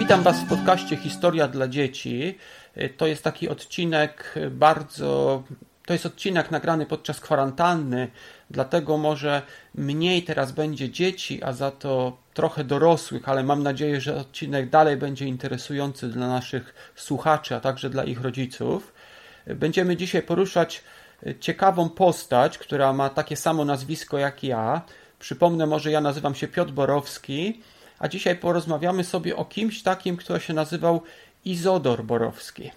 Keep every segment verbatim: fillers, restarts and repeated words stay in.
Witam Was w podcaście Historia dla dzieci. To jest taki odcinek bardzo... To jest odcinek nagrany podczas kwarantanny, dlatego może mniej teraz będzie dzieci, a za to trochę dorosłych, ale mam nadzieję, że odcinek dalej będzie interesujący dla naszych słuchaczy, a także dla ich rodziców. Będziemy dzisiaj poruszać ciekawą postać, która ma takie samo nazwisko jak ja. Przypomnę może, ja nazywam się Piotr Borowski, a dzisiaj porozmawiamy sobie o kimś takim, kto się nazywał Izodor Borowski.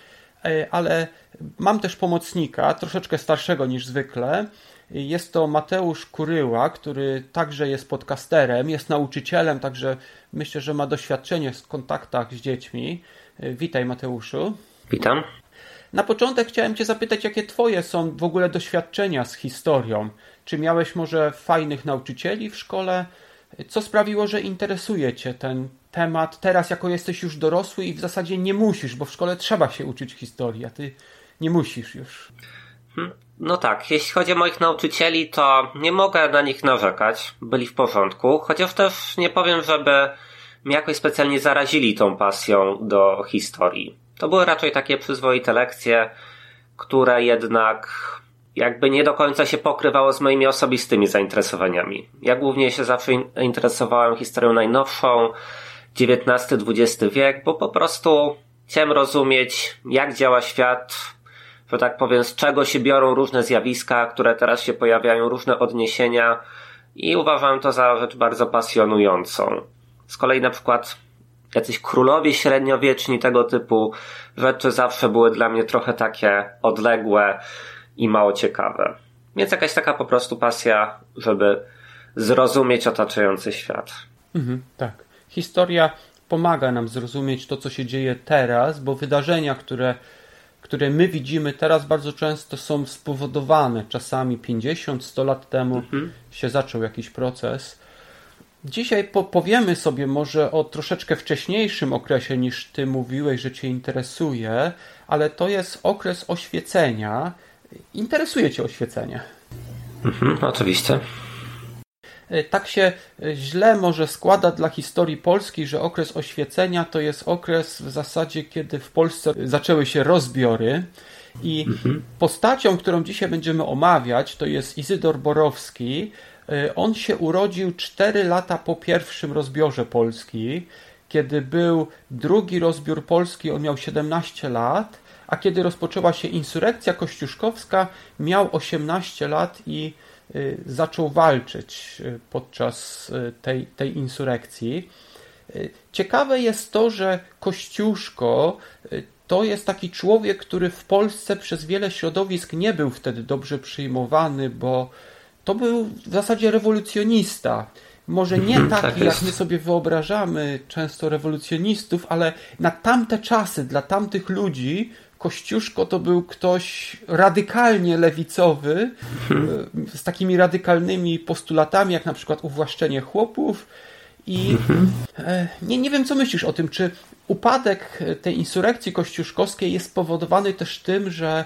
Ale mam też pomocnika, troszeczkę starszego niż zwykle. Jest to Mateusz Kuryła, który także jest podcasterem, jest nauczycielem, także myślę, że ma doświadczenie w kontaktach z dziećmi. Witaj, Mateuszu. Witam. Na początek chciałem Cię zapytać, jakie Twoje są w ogóle doświadczenia z historią? Czy miałeś może fajnych nauczycieli w szkole? Co sprawiło, że interesuje Cię ten temat teraz, jako jesteś już dorosły i w zasadzie nie musisz, bo w szkole trzeba się uczyć historii, a Ty nie musisz już. No tak, jeśli chodzi o moich nauczycieli, to nie mogę na nich narzekać. Byli w porządku, chociaż też nie powiem, żeby mnie jakoś specjalnie zarazili tą pasją do historii. To były raczej takie przyzwoite lekcje, które jednak jakby nie do końca się pokrywało z moimi osobistymi zainteresowaniami. Ja głównie się zawsze interesowałem historią najnowszą, dziewiętnasty dwudziesty wiek, bo po prostu chciałem rozumieć, jak działa świat, że tak powiem, z czego się biorą różne zjawiska, które teraz się pojawiają, różne odniesienia, i uważałem to za rzecz bardzo pasjonującą. Z kolei na przykład jacyś królowie średniowieczni, tego typu rzeczy zawsze były dla mnie trochę takie odległe i mało ciekawe. Więc jakaś taka po prostu pasja, żeby zrozumieć otaczający świat. Mhm, tak. Historia pomaga nam zrozumieć to, co się dzieje teraz, bo wydarzenia, które, które my widzimy teraz, bardzo często są spowodowane. Czasami pięćdziesiąt sto lat temu mhm. się zaczął jakiś proces. Dzisiaj po, powiemy sobie może o troszeczkę wcześniejszym okresie, niż Ty mówiłeś, że Cię interesuje, ale to jest okres oświecenia. Interesuje Cię oświecenie? Mhm, oczywiście. Tak się źle może składa dla historii Polski, że okres oświecenia to jest okres w zasadzie, kiedy w Polsce zaczęły się rozbiory i mhm. postacią, którą dzisiaj będziemy omawiać, to jest Izydor Borowski. On się urodził cztery lata po pierwszym rozbiorze Polski. Kiedy był drugi rozbiór Polski, on miał siedemnaście lat, a kiedy rozpoczęła się insurekcja kościuszkowska, miał osiemnaście lat i zaczął walczyć podczas tej, tej insurekcji. Ciekawe jest to, że Kościuszko to jest taki człowiek, który w Polsce przez wiele środowisk nie był wtedy dobrze przyjmowany, bo to był w zasadzie rewolucjonista. Może nie taki, tak jak my sobie wyobrażamy często rewolucjonistów, ale na tamte czasy, dla tamtych ludzi Kościuszko to był ktoś radykalnie lewicowy, hmm. z takimi radykalnymi postulatami, jak na przykład uwłaszczenie chłopów. I hmm. nie, nie wiem, co myślisz o tym, czy upadek tej insurekcji kościuszkowskiej jest spowodowany też tym, że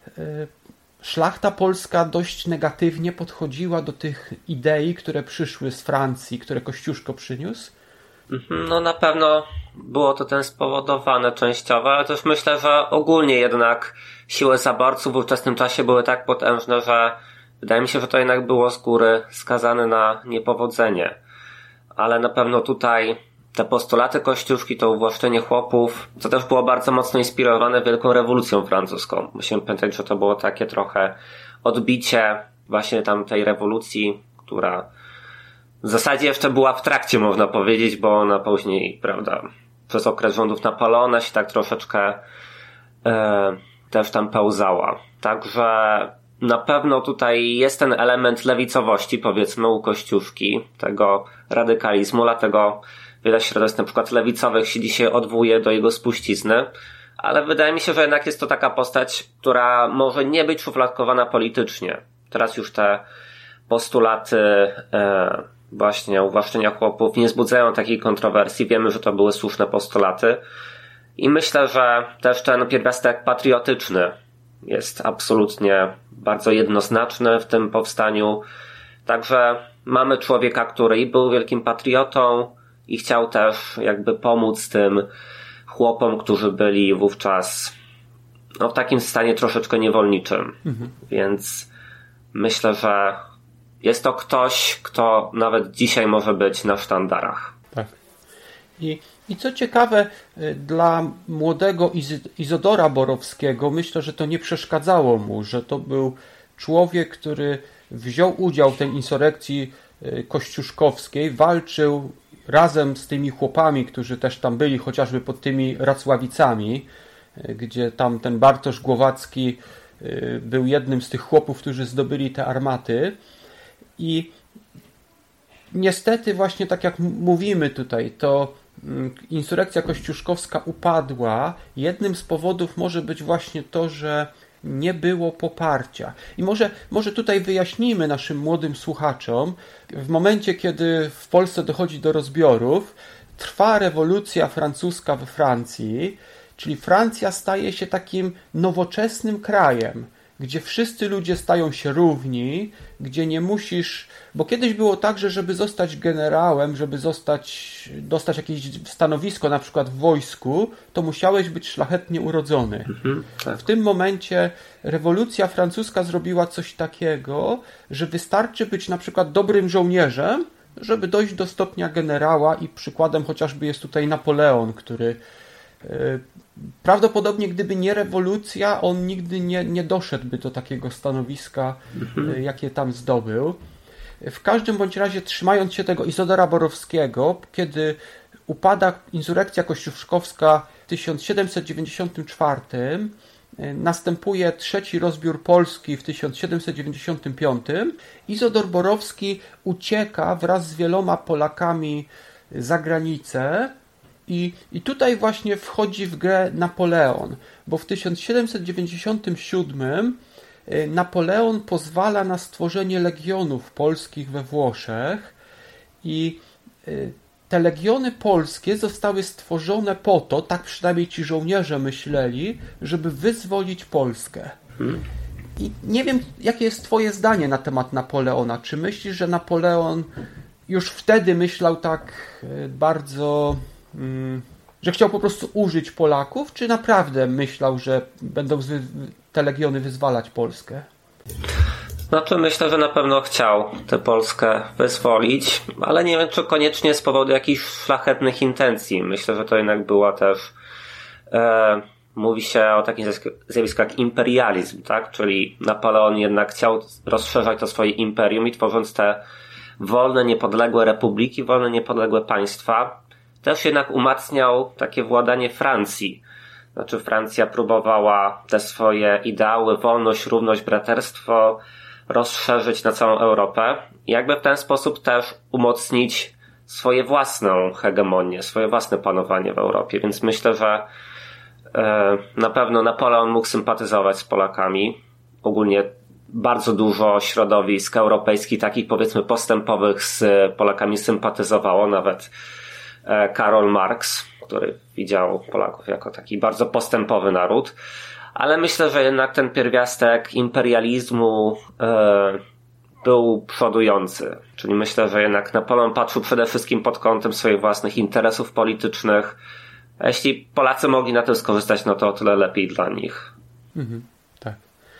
szlachta polska dość negatywnie podchodziła do tych idei, które przyszły z Francji, które Kościuszko przyniósł? No na pewno było to tym spowodowane częściowo, ale też myślę, że ogólnie jednak siły zaborców w ówczesnym czasie były tak potężne, że wydaje mi się, że to jednak było z góry skazane na niepowodzenie. Ale na pewno tutaj te postulaty Kościuszki, to uwłaszczenie chłopów, co też było bardzo mocno inspirowane Wielką Rewolucją Francuską. Musimy pamiętać, że to było takie trochę odbicie właśnie tamtej rewolucji, która w zasadzie jeszcze była w trakcie, można powiedzieć, bo ona później, prawda, przez okres rządów Napoleona się tak troszeczkę e, też tam pełzała. Także na pewno tutaj jest ten element lewicowości, powiedzmy, u Kościuszki, tego radykalizmu, dlatego wiele środowisk na przykład lewicowych się dzisiaj odwołuje do jego spuścizny, ale wydaje mi się, że jednak jest to taka postać, która może nie być szufladkowana politycznie. Teraz już te postulaty e, właśnie uwłaszczenia chłopów nie wzbudzają takiej kontrowersji. Wiemy, że to były słuszne postulaty i myślę, że też ten pierwiastek patriotyczny jest absolutnie bardzo jednoznaczny w tym powstaniu. Także mamy człowieka, który i był wielkim patriotą, i chciał też jakby pomóc tym chłopom, którzy byli wówczas no, w takim stanie troszeczkę niewolniczym. Mhm. Więc myślę, że jest to ktoś, kto nawet dzisiaj może być na sztandarach. Tak. I, i co ciekawe, dla młodego Izodora Borowskiego myślę, że to nie przeszkadzało mu, że to był człowiek, który wziął udział w tej insurekcji kościuszkowskiej, walczył razem z tymi chłopami, którzy też tam byli, chociażby pod tymi Racławicami, gdzie tam ten Bartosz Głowacki był jednym z tych chłopów, którzy zdobyli te armaty. I niestety właśnie tak jak mówimy tutaj, to insurekcja kościuszkowska upadła. Jednym z powodów może być właśnie to, że nie było poparcia. I może, może tutaj wyjaśnijmy naszym młodym słuchaczom, w momencie, kiedy w Polsce dochodzi do rozbiorów, trwa rewolucja francuska we Francji, czyli Francja staje się takim nowoczesnym krajem, gdzie wszyscy ludzie stają się równi, gdzie nie musisz... Bo kiedyś było tak, że żeby zostać generałem, żeby zostać, dostać jakieś stanowisko, na przykład w wojsku, to musiałeś być szlachetnie urodzony. Mhm, tak. W tym momencie rewolucja francuska zrobiła coś takiego, że wystarczy być na przykład dobrym żołnierzem, żeby dojść do stopnia generała i przykładem chociażby jest tutaj Napoleon, który... Prawdopodobnie gdyby nie rewolucja, on nigdy nie, nie doszedłby do takiego stanowiska, mhm. jakie tam zdobył. W każdym bądź razie, trzymając się tego Izodora Borowskiego, kiedy upada insurekcja kościuszkowska w tysiąc siedemset dziewięćdziesiątym czwartym, następuje trzeci rozbiór Polski w tysiąc siedemset dziewięćdziesiątym piątym, Izodor Borowski ucieka wraz z wieloma Polakami za granicę. I, I tutaj właśnie wchodzi w grę Napoleon, bo w tysiąc siedemset dziewięćdziesiątym siódmym Napoleon pozwala na stworzenie legionów polskich we Włoszech i te legiony polskie zostały stworzone po to, tak przynajmniej ci żołnierze myśleli, żeby wyzwolić Polskę. Hmm. I nie wiem, jakie jest twoje zdanie na temat Napoleona. Czy myślisz, że Napoleon już wtedy myślał tak bardzo... że chciał po prostu użyć Polaków, czy naprawdę myślał, że będą te legiony wyzwalać Polskę? Znaczy myślę, że na pewno chciał tę Polskę wyzwolić, ale nie wiem, czy koniecznie z powodu jakichś szlachetnych intencji. Myślę, że to jednak była też e, mówi się o takim zjawisku jak imperializm, tak? Czyli Napoleon jednak chciał rozszerzać to swoje imperium i tworząc te wolne, niepodległe republiki, wolne, niepodległe państwa, też jednak umacniał takie władanie Francji. Znaczy Francja próbowała te swoje ideały, wolność, równość, braterstwo rozszerzyć na całą Europę i jakby w ten sposób też umocnić swoje własną hegemonię, swoje własne panowanie w Europie. Więc myślę, że e, na pewno Napoleon mógł sympatyzować z Polakami. Ogólnie bardzo dużo środowisk europejskich, takich powiedzmy postępowych, z Polakami sympatyzowało. Nawet Karol Marx, który widział Polaków jako taki bardzo postępowy naród, ale myślę, że jednak ten pierwiastek imperializmu e, był przodujący. Czyli myślę, że jednak Napoleon patrzył przede wszystkim pod kątem swoich własnych interesów politycznych. A jeśli Polacy mogli na tym skorzystać, no to o tyle lepiej dla nich. Mhm, tak.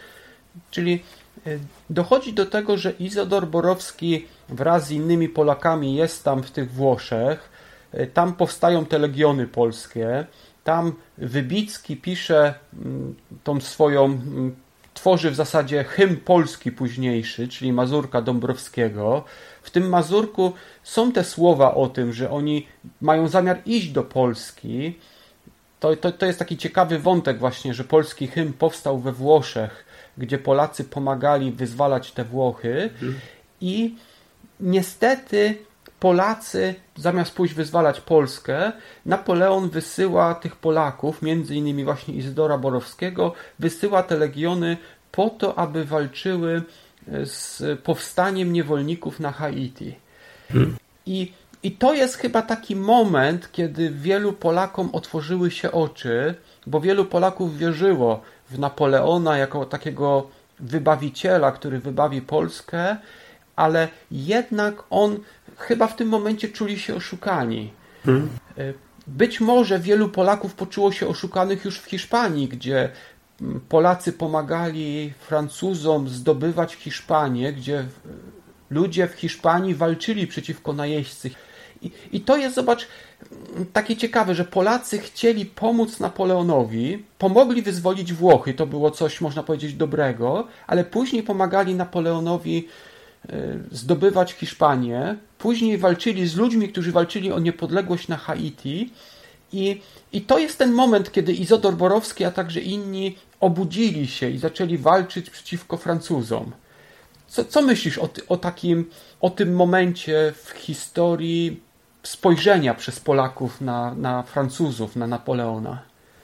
Czyli dochodzi do tego, że Izodor Borowski wraz z innymi Polakami jest tam w tych Włoszech. Tam powstają te legiony polskie. Tam Wybicki pisze tą swoją, tworzy w zasadzie hymn polski późniejszy, czyli Mazurka Dąbrowskiego. W tym Mazurku są te słowa o tym, że oni mają zamiar iść do Polski. To, to, to jest taki ciekawy wątek właśnie, że polski hymn powstał we Włoszech, gdzie Polacy pomagali wyzwalać te Włochy. Mhm. I niestety Polacy, zamiast pójść wyzwalać Polskę, Napoleon wysyła tych Polaków, między innymi właśnie Izydora Borowskiego, wysyła te legiony po to, aby walczyły z powstaniem niewolników na Haiti. Hmm. I, I to jest chyba taki moment, kiedy wielu Polakom otworzyły się oczy, bo wielu Polaków wierzyło w Napoleona jako takiego wybawiciela, który wybawi Polskę, ale jednak on chyba w tym momencie czuli się oszukani, Hmm. Być może wielu Polaków poczuło się oszukanych już w Hiszpanii, gdzie Polacy pomagali Francuzom zdobywać Hiszpanię, gdzie ludzie w Hiszpanii walczyli przeciwko najeźdźcy. I, I to jest, zobacz, takie ciekawe, że Polacy chcieli pomóc Napoleonowi, pomogli wyzwolić Włochy, to było coś, można powiedzieć, dobrego, ale później pomagali Napoleonowi zdobywać Hiszpanię, później walczyli z ludźmi, którzy walczyli o niepodległość na Haiti i, i to jest ten moment, kiedy Izydor Borowski, a także inni obudzili się i zaczęli walczyć przeciwko Francuzom. Co, co myślisz o, o takim, o tym momencie w historii spojrzenia przez Polaków na, na Francuzów, na Napoleona?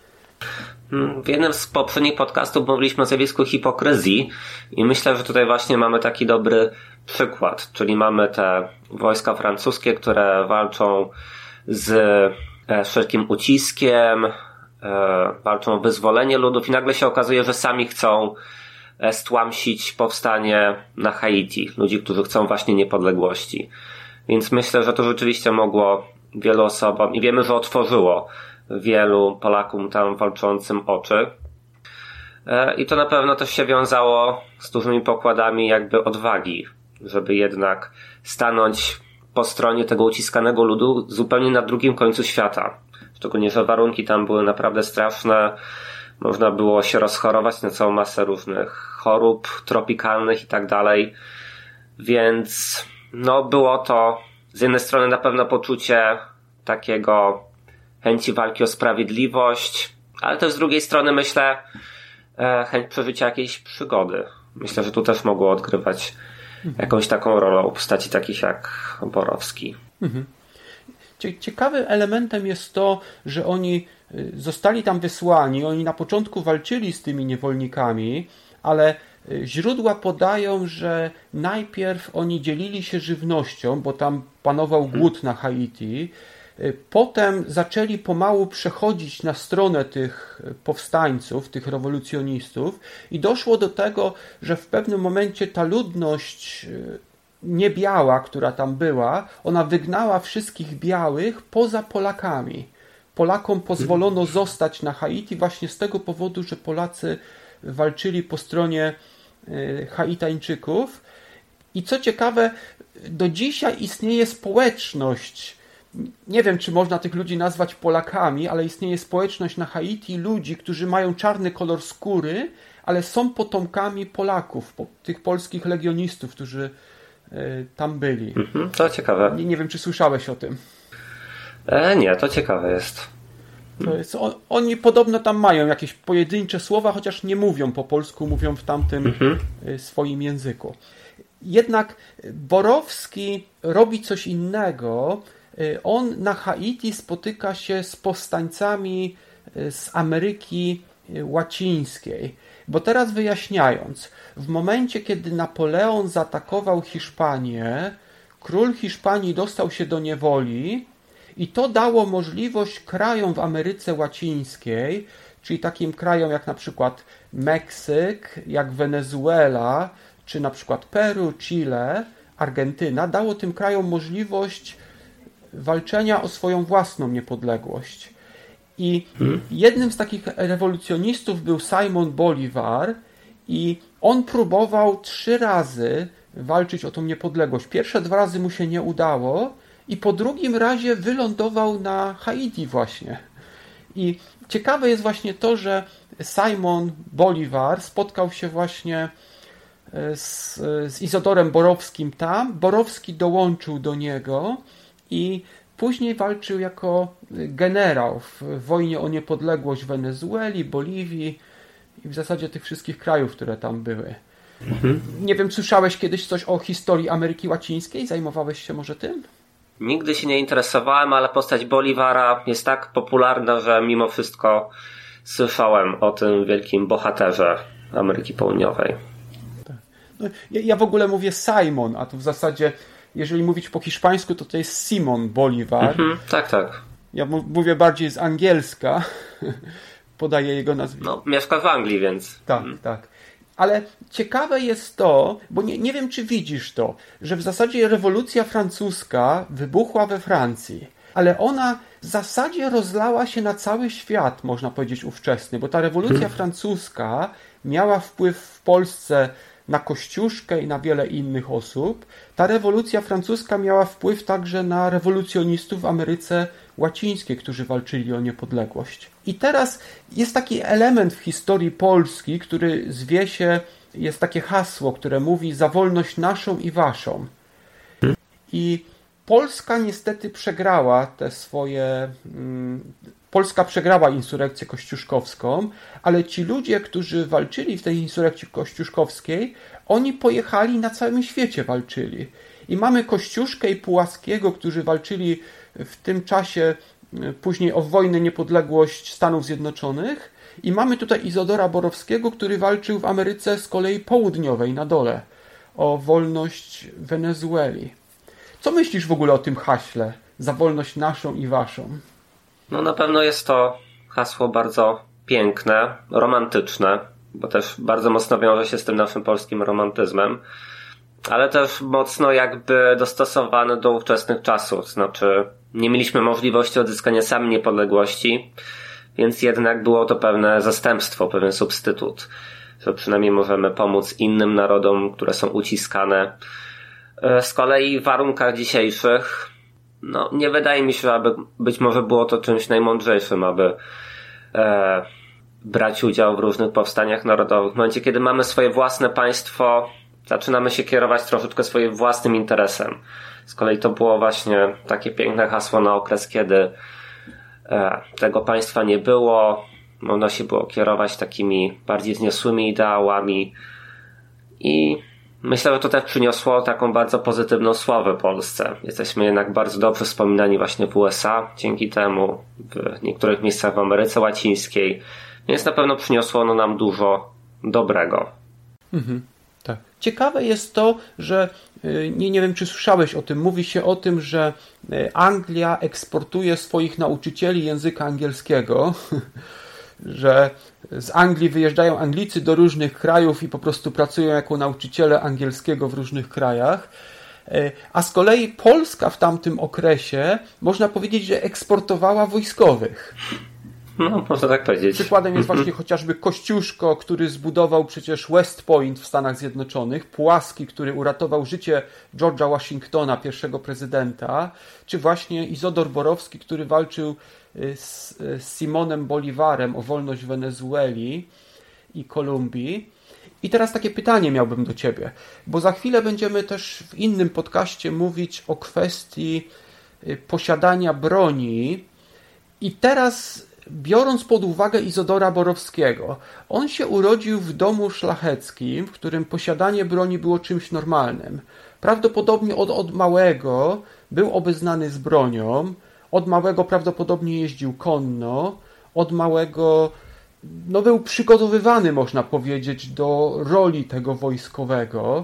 W jednym z poprzednich podcastów mówiliśmy o zjawisku hipokryzji i myślę, że tutaj właśnie mamy taki dobry przykład, czyli mamy te wojska francuskie, które walczą z wszelkim uciskiem, walczą o wyzwolenie ludów i nagle się okazuje, że sami chcą stłamsić powstanie na Haiti, ludzi, którzy chcą właśnie niepodległości. Więc myślę, że to rzeczywiście mogło wielu osobom i wiemy, że otworzyło wielu Polakom tam walczącym oczy. I to na pewno też się wiązało z dużymi pokładami jakby odwagi, żeby jednak stanąć po stronie tego uciskanego ludu zupełnie na drugim końcu świata. Szczególnie, że warunki tam były naprawdę straszne. Można było się rozchorować na całą masę różnych chorób tropikalnych i tak dalej. Więc no było to z jednej strony na pewno poczucie takiego chęci walki o sprawiedliwość, ale też z drugiej strony myślę chęć przeżycia jakiejś przygody. Myślę, że tu też mogło odgrywać jakąś taką rolę u postaci takich jak Borowski. Mhm. Ciekawym elementem jest to, że oni zostali tam wysłani, oni na początku walczyli z tymi niewolnikami, ale źródła podają, że najpierw oni dzielili się żywnością, bo tam panował głód na Haiti. Potem zaczęli pomału przechodzić na stronę tych powstańców, tych rewolucjonistów i doszło do tego, że w pewnym momencie ta ludność niebiała, która tam była, ona wygnała wszystkich białych poza Polakami. Polakom pozwolono zostać na Haiti właśnie z tego powodu, że Polacy walczyli po stronie Haitańczyków. I co ciekawe, do dzisiaj istnieje społeczność, nie wiem, czy można tych ludzi nazwać Polakami, ale istnieje społeczność na Haiti ludzi, którzy mają czarny kolor skóry, ale są potomkami Polaków, tych polskich legionistów, którzy tam byli. Mhm, to ciekawe. Nie, nie wiem, czy słyszałeś o tym. E, nie, to ciekawe jest. To jest on, oni podobno tam mają jakieś pojedyncze słowa, chociaż nie mówią po polsku, mówią w tamtym mhm. swoim języku. Jednak Borowski robi coś innego. On na Haiti spotyka się z powstańcami z Ameryki Łacińskiej. Bo teraz wyjaśniając, w momencie, kiedy Napoleon zaatakował Hiszpanię, król Hiszpanii dostał się do niewoli i to dało możliwość krajom w Ameryce Łacińskiej, czyli takim krajom jak na przykład Meksyk, jak Wenezuela, czy na przykład Peru, Chile, Argentyna, dało tym krajom możliwość walczenia o swoją własną niepodległość. I hmm. jednym z takich rewolucjonistów był Simon Bolivar i on próbował trzy razy walczyć o tą niepodległość. Pierwsze dwa razy mu się nie udało i po drugim razie wylądował na Haiti właśnie. I ciekawe jest właśnie to, że Simon Bolivar spotkał się właśnie z, z Izydorem Borowskim tam. Borowski dołączył do niego i później walczył jako generał w wojnie o niepodległość Wenezueli, Boliwii i w zasadzie tych wszystkich krajów, które tam były. Mhm. Nie wiem, słyszałeś kiedyś coś o historii Ameryki Łacińskiej? Zajmowałeś się może tym? Nigdy się nie interesowałem, ale postać Bolivara jest tak popularna, że mimo wszystko słyszałem o tym wielkim bohaterze Ameryki Południowej. No, ja, ja w ogóle mówię Simon, a tu w zasadzie jeżeli mówić po hiszpańsku, to to jest Simon Bolivar. Mhm, tak, tak. Ja mówię bardziej z angielska. Podaję jego nazwisko. No, mieszka w Anglii, więc... Tak, mhm. tak. Ale ciekawe jest to, bo nie, nie wiem, czy widzisz to, że w zasadzie rewolucja francuska wybuchła we Francji, ale ona w zasadzie rozlała się na cały świat, można powiedzieć, ówczesny, bo ta rewolucja hmm. francuska miała wpływ w Polsce na Kościuszkę i na wiele innych osób. Ta rewolucja francuska miała wpływ także na rewolucjonistów w Ameryce Łacińskiej, którzy walczyli o niepodległość. I teraz jest taki element w historii Polski, który zwie się, jest takie hasło, które mówi za wolność naszą i waszą. I Polska niestety przegrała te swoje... Hmm, Polska przegrała insurekcję kościuszkowską, ale ci ludzie, którzy walczyli w tej insurekcji kościuszkowskiej, oni pojechali na całym świecie walczyli. I mamy Kościuszkę i Pułaskiego, którzy walczyli w tym czasie później o wojnę, niepodległość Stanów Zjednoczonych. I mamy tutaj Izodora Borowskiego, który walczył w Ameryce z kolei Południowej na dole o wolność Wenezueli. Co myślisz w ogóle o tym haśle za wolność naszą i waszą? No na pewno jest to hasło bardzo piękne, romantyczne, bo też bardzo mocno wiąże się z tym naszym polskim romantyzmem, ale też mocno jakby dostosowane do ówczesnych czasów. To znaczy nie mieliśmy możliwości odzyskania sami niepodległości, więc jednak było to pewne zastępstwo, pewien substytut, że przynajmniej możemy pomóc innym narodom, które są uciskane. Z kolei w warunkach dzisiejszych no, nie wydaje mi się, aby być może było to czymś najmądrzejszym, aby e, brać udział w różnych powstaniach narodowych. W momencie, kiedy mamy swoje własne państwo, zaczynamy się kierować troszeczkę swoim własnym interesem. Z kolei to było właśnie takie piękne hasło na okres, kiedy e, tego państwa nie było. Można się było kierować takimi bardziej wzniosłymi ideałami i myślę, że to też przyniosło taką bardzo pozytywną sławę Polsce. Jesteśmy jednak bardzo dobrze wspominani właśnie w U S A dzięki temu, w niektórych miejscach w Ameryce Łacińskiej, więc na pewno przyniosło ono nam dużo dobrego. Mhm, tak. Ciekawe jest to, że nie, nie wiem, czy słyszałeś o tym, mówi się o tym, że Anglia eksportuje swoich nauczycieli języka angielskiego, że z Anglii wyjeżdżają Anglicy do różnych krajów i po prostu pracują jako nauczyciele angielskiego w różnych krajach. A z kolei Polska w tamtym okresie, można powiedzieć, że eksportowała wojskowych. No, można tak powiedzieć. Przykładem jest właśnie chociażby Kościuszko, który zbudował przecież West Point w Stanach Zjednoczonych, Pułaski, który uratował życie George'a Washingtona, pierwszego prezydenta, czy właśnie Izodor Borowski, który walczył z, z Simonem Bolivarem o wolność Wenezueli i Kolumbii. I teraz takie pytanie miałbym do ciebie, bo za chwilę będziemy też w innym podcaście mówić o kwestii posiadania broni i teraz biorąc pod uwagę Izodora Borowskiego, on się urodził w domu szlacheckim, w którym posiadanie broni było czymś normalnym. Prawdopodobnie od, od małego był obeznany z bronią, od małego prawdopodobnie jeździł konno, od małego no, był przygotowywany, można powiedzieć, do roli tego wojskowego.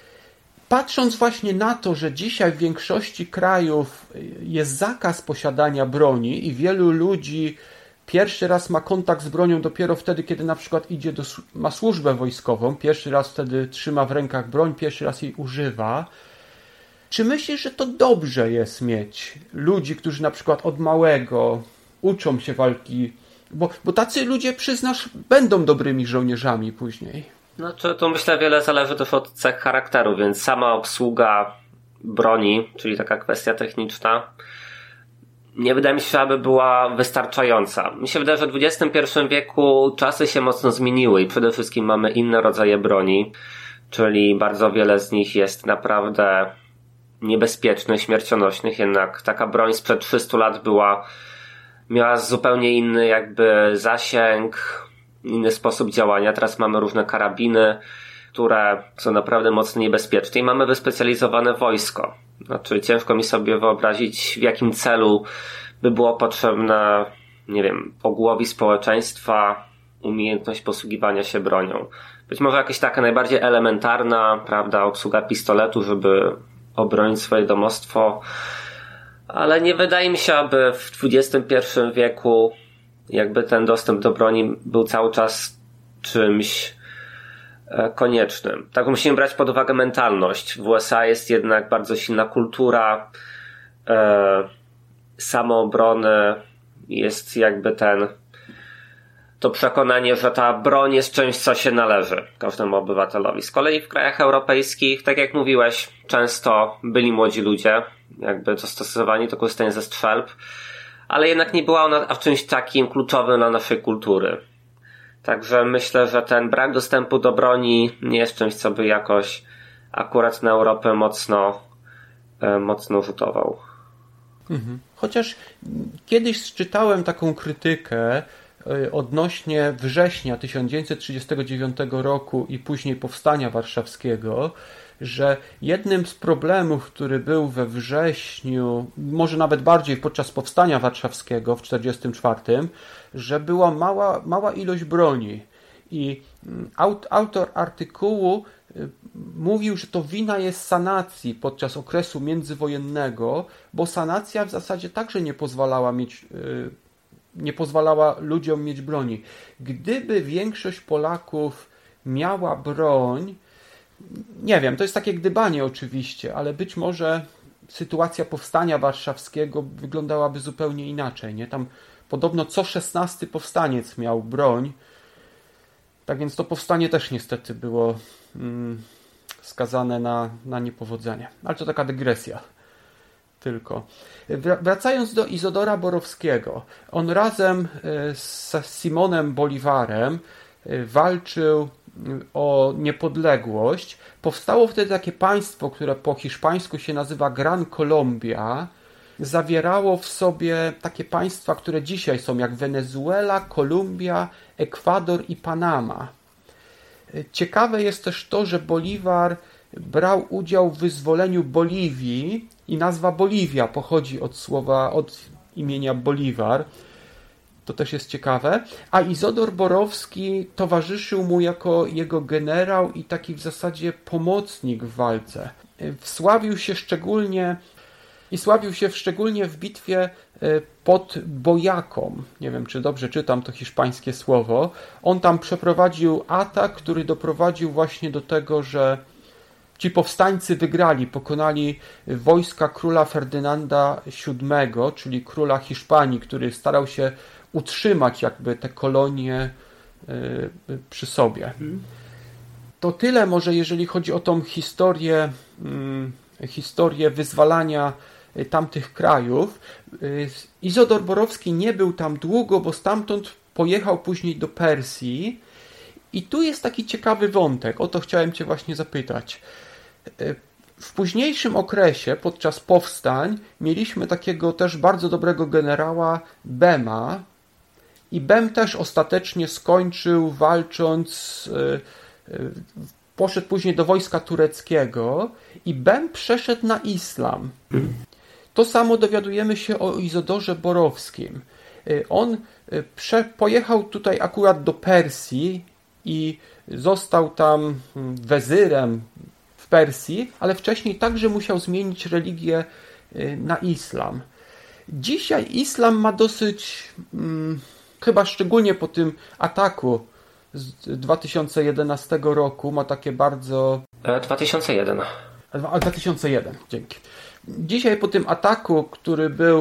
Patrząc właśnie na to, że dzisiaj w większości krajów jest zakaz posiadania broni i wielu ludzi pierwszy raz ma kontakt z bronią dopiero wtedy, kiedy na przykład idzie do, ma służbę wojskową, pierwszy raz wtedy trzyma w rękach broń, pierwszy raz jej używa. Czy myślisz, że to dobrze jest mieć ludzi, którzy na przykład od małego uczą się walki, bo, bo tacy ludzie, przyznasz, będą dobrymi żołnierzami później? Znaczy, to myślę wiele zależy też od cech charakteru, więc sama obsługa broni, czyli taka kwestia techniczna, nie wydaje mi się, aby była wystarczająca. Mi się wydaje, że w dwudziestym pierwszym wieku czasy się mocno zmieniły i przede wszystkim mamy inne rodzaje broni, czyli bardzo wiele z nich jest naprawdę niebezpiecznych, śmiercionośnych, jednak taka broń sprzed trzystu lat była, miała zupełnie inny jakby zasięg, inny sposób działania. Teraz mamy różne karabiny, które są naprawdę mocno niebezpieczne i mamy wyspecjalizowane wojsko. Znaczy ciężko mi sobie wyobrazić, w jakim celu by było potrzebne, nie wiem, ogółowi społeczeństwa umiejętność posługiwania się bronią. Być może jakaś taka najbardziej elementarna, prawda, obsługa pistoletu, żeby obronić swoje domostwo, ale nie wydaje mi się, aby w dwudziestym pierwszym wieku jakby ten dostęp do broni był cały czas czymś koniecznym. Tak musimy brać pod uwagę mentalność. W U S A jest jednak bardzo silna kultura e, samoobrony, jest jakby ten to przekonanie, że ta broń jest czymś, co się należy każdemu obywatelowi. Z kolei w krajach europejskich, tak jak mówiłeś, często byli młodzi ludzie, jakby dostosowani do korzystania ze strzelb, ale jednak nie była ona czymś takim kluczowym dla naszej kultury. Także myślę, że ten brak dostępu do broni nie jest czymś, co by jakoś akurat na Europę mocno, mocno rzutował. Mhm. Chociaż kiedyś czytałem taką krytykę odnośnie września tysiąc dziewięćset trzydziestego dziewiątego roku i później Powstania Warszawskiego, że jednym z problemów, który był we wrześniu, może nawet bardziej podczas Powstania Warszawskiego w tysiąc dziewięćset czterdziestym czwartym, że była mała, mała ilość broni. I autor artykułu mówił, że to wina jest sanacji podczas okresu międzywojennego, bo sanacja w zasadzie także nie pozwalała mieć nie pozwalała ludziom mieć broni. Gdyby większość Polaków miała broń, nie wiem, to jest takie gdybanie oczywiście, ale być może sytuacja Powstania Warszawskiego wyglądałaby zupełnie inaczej, nie? Tam podobno co szesnasty powstaniec miał broń, tak więc to powstanie też niestety było mm, skazane na, na niepowodzenie. Ale to taka dygresja. Tylko. Wracając do Izodora Borowskiego, on razem z Simonem Bolivarem walczył o niepodległość. Powstało wtedy takie państwo, które po hiszpańsku się nazywa Gran Colombia. Zawierało w sobie takie państwa, które dzisiaj są, jak Wenezuela, Kolumbia, Ekwador i Panama. Ciekawe jest też to, że Bolivar brał udział w wyzwoleniu Boliwii i nazwa Boliwia pochodzi od słowa, od imienia Bolivar. To też jest ciekawe. A Izodor Borowski towarzyszył mu jako jego generał i taki w zasadzie pomocnik w walce. Wsławił się szczególnie i sławił się szczególnie w bitwie pod Boyaką. Nie wiem, czy dobrze czytam to hiszpańskie słowo. On tam przeprowadził atak, który doprowadził właśnie do tego, że ci powstańcy wygrali, pokonali wojska króla Ferdynanda siódmego, czyli króla Hiszpanii, który starał się utrzymać jakby te kolonie przy sobie. To tyle może, jeżeli chodzi o tą historię, historię wyzwalania tamtych krajów. Izodor Borowski nie był tam długo, bo stamtąd pojechał później do Persji. I tu jest taki ciekawy wątek, o to chciałem Cię właśnie zapytać. W późniejszym okresie, podczas powstań, mieliśmy takiego też bardzo dobrego generała Bema i Bem też ostatecznie skończył walcząc, poszedł później do wojska tureckiego i Bem przeszedł na islam. To samo dowiadujemy się o Izodorze Borowskim. On prze, pojechał tutaj akurat do Persji i został tam wezyrem w Persji, ale wcześniej także musiał zmienić religię na islam. Dzisiaj islam ma dosyć, hmm, chyba szczególnie po tym ataku z dwa tysiące jedenastego roku, ma takie bardzo... dwa tysiące jeden. A, dwa tysiące jeden, dzięki. Dzisiaj po tym ataku, który był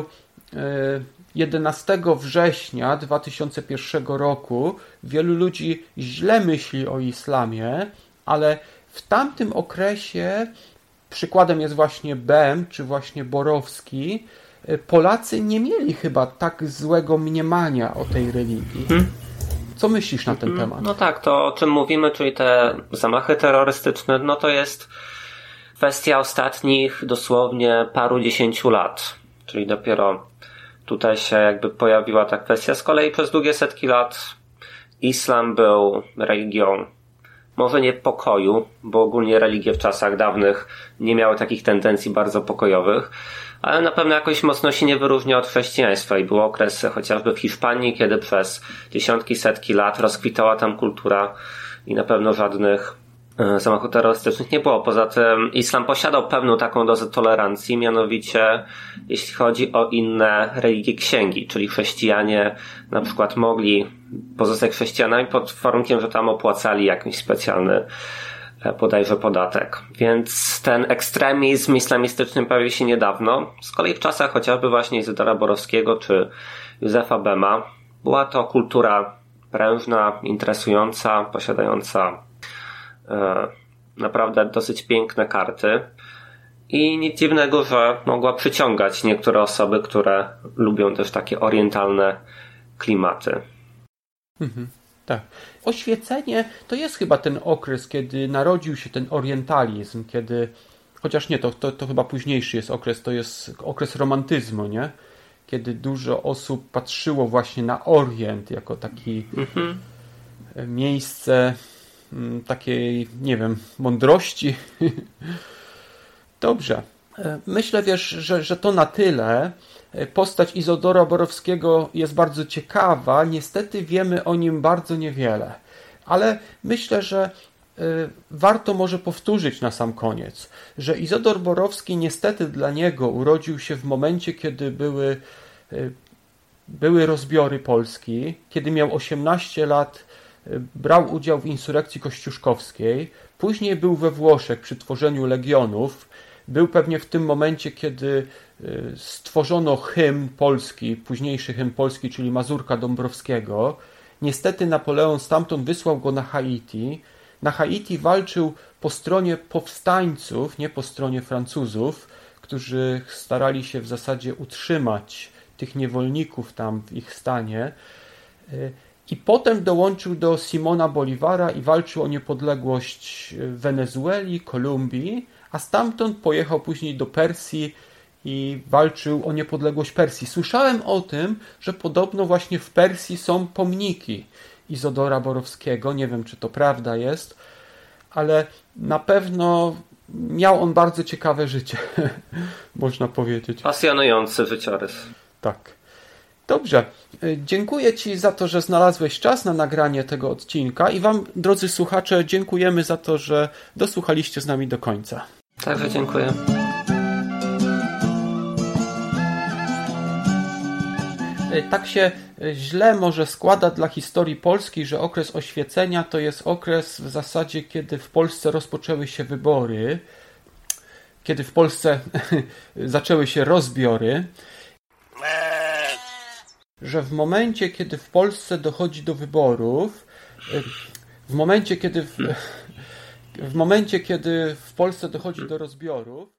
jedenastego września dwa tysiące pierwszego roku, wielu ludzi źle myśli o islamie, ale w tamtym okresie, przykładem jest właśnie Bem, czy właśnie Borowski, Polacy nie mieli chyba tak złego mniemania o tej religii. Hmm. Co myślisz na ten temat? No tak, to o czym mówimy, czyli te zamachy terrorystyczne, no to jest kwestia ostatnich dosłownie paru dziesięciu lat, czyli dopiero tutaj się jakby pojawiła ta kwestia. Z kolei przez długie setki lat islam był religią może nie pokoju, bo ogólnie religie w czasach dawnych nie miały takich tendencji bardzo pokojowych, ale na pewno jakoś mocno się nie wyróżnia od chrześcijaństwa i były okresy chociażby w Hiszpanii, kiedy przez dziesiątki, setki lat rozkwitała tam kultura i na pewno żadnych zamachów terrorystycznych nie było. Poza tym islam posiadał pewną taką dozę tolerancji, mianowicie jeśli chodzi o inne religie księgi, czyli chrześcijanie na przykład mogli pozostać chrześcijanami pod warunkiem, że tam opłacali jakiś specjalny bodajże podatek. Więc ten ekstremizm islamistyczny pojawił się niedawno. Z kolei w czasach chociażby właśnie Izydora Borowskiego czy Józefa Bema była to kultura prężna, interesująca, posiadająca e, naprawdę dosyć piękne karty. I nic dziwnego, że mogła przyciągać niektóre osoby, które lubią też takie orientalne klimaty. Mhm, tak. Oświecenie to jest chyba ten okres, kiedy narodził się ten orientalizm, kiedy, chociaż nie, to, to, to chyba późniejszy jest okres, to jest okres romantyzmu, nie? Kiedy dużo osób patrzyło właśnie na Orient jako taki mhm. miejsce takiej, nie wiem, mądrości. Dobrze. Myślę, wiesz, że, że to na tyle. Postać Izydora Borowskiego jest bardzo ciekawa. Niestety wiemy o nim bardzo niewiele. Ale myślę, że warto może powtórzyć na sam koniec, że Izydor Borowski niestety dla niego urodził się w momencie, kiedy były, były rozbiory Polski, kiedy miał osiemnaście lat, brał udział w insurekcji kościuszkowskiej, później był we Włoszech przy tworzeniu legionów, był pewnie w tym momencie, kiedy stworzono hymn polski, późniejszy hymn polski, czyli Mazurka Dąbrowskiego. Niestety Napoleon stamtąd wysłał go na Haiti. Na Haiti walczył po stronie powstańców, nie po stronie Francuzów, którzy starali się w zasadzie utrzymać tych niewolników tam w ich stanie. I potem dołączył do Simona Bolivara i walczył o niepodległość Wenezueli, Kolumbii, a stamtąd pojechał później do Persji i walczył o niepodległość Persji. Słyszałem o tym, że podobno właśnie w Persji są pomniki Izydora Borowskiego. Nie wiem, czy to prawda jest, ale na pewno miał on bardzo ciekawe życie, można powiedzieć. Pasjonujący życiorys. Tak. Dobrze. Dziękuję Ci za to, że znalazłeś czas na nagranie tego odcinka i Wam, drodzy słuchacze, dziękujemy za to, że dosłuchaliście z nami do końca. Także dziękuję. Tak się źle może składa dla historii Polski, że okres oświecenia to jest okres w zasadzie, kiedy w Polsce rozpoczęły się wybory, kiedy w Polsce zaczęły się rozbiory, że w momencie, kiedy w Polsce dochodzi do wyborów, w momencie, kiedy w, w momencie, kiedy w Polsce dochodzi do rozbiorów,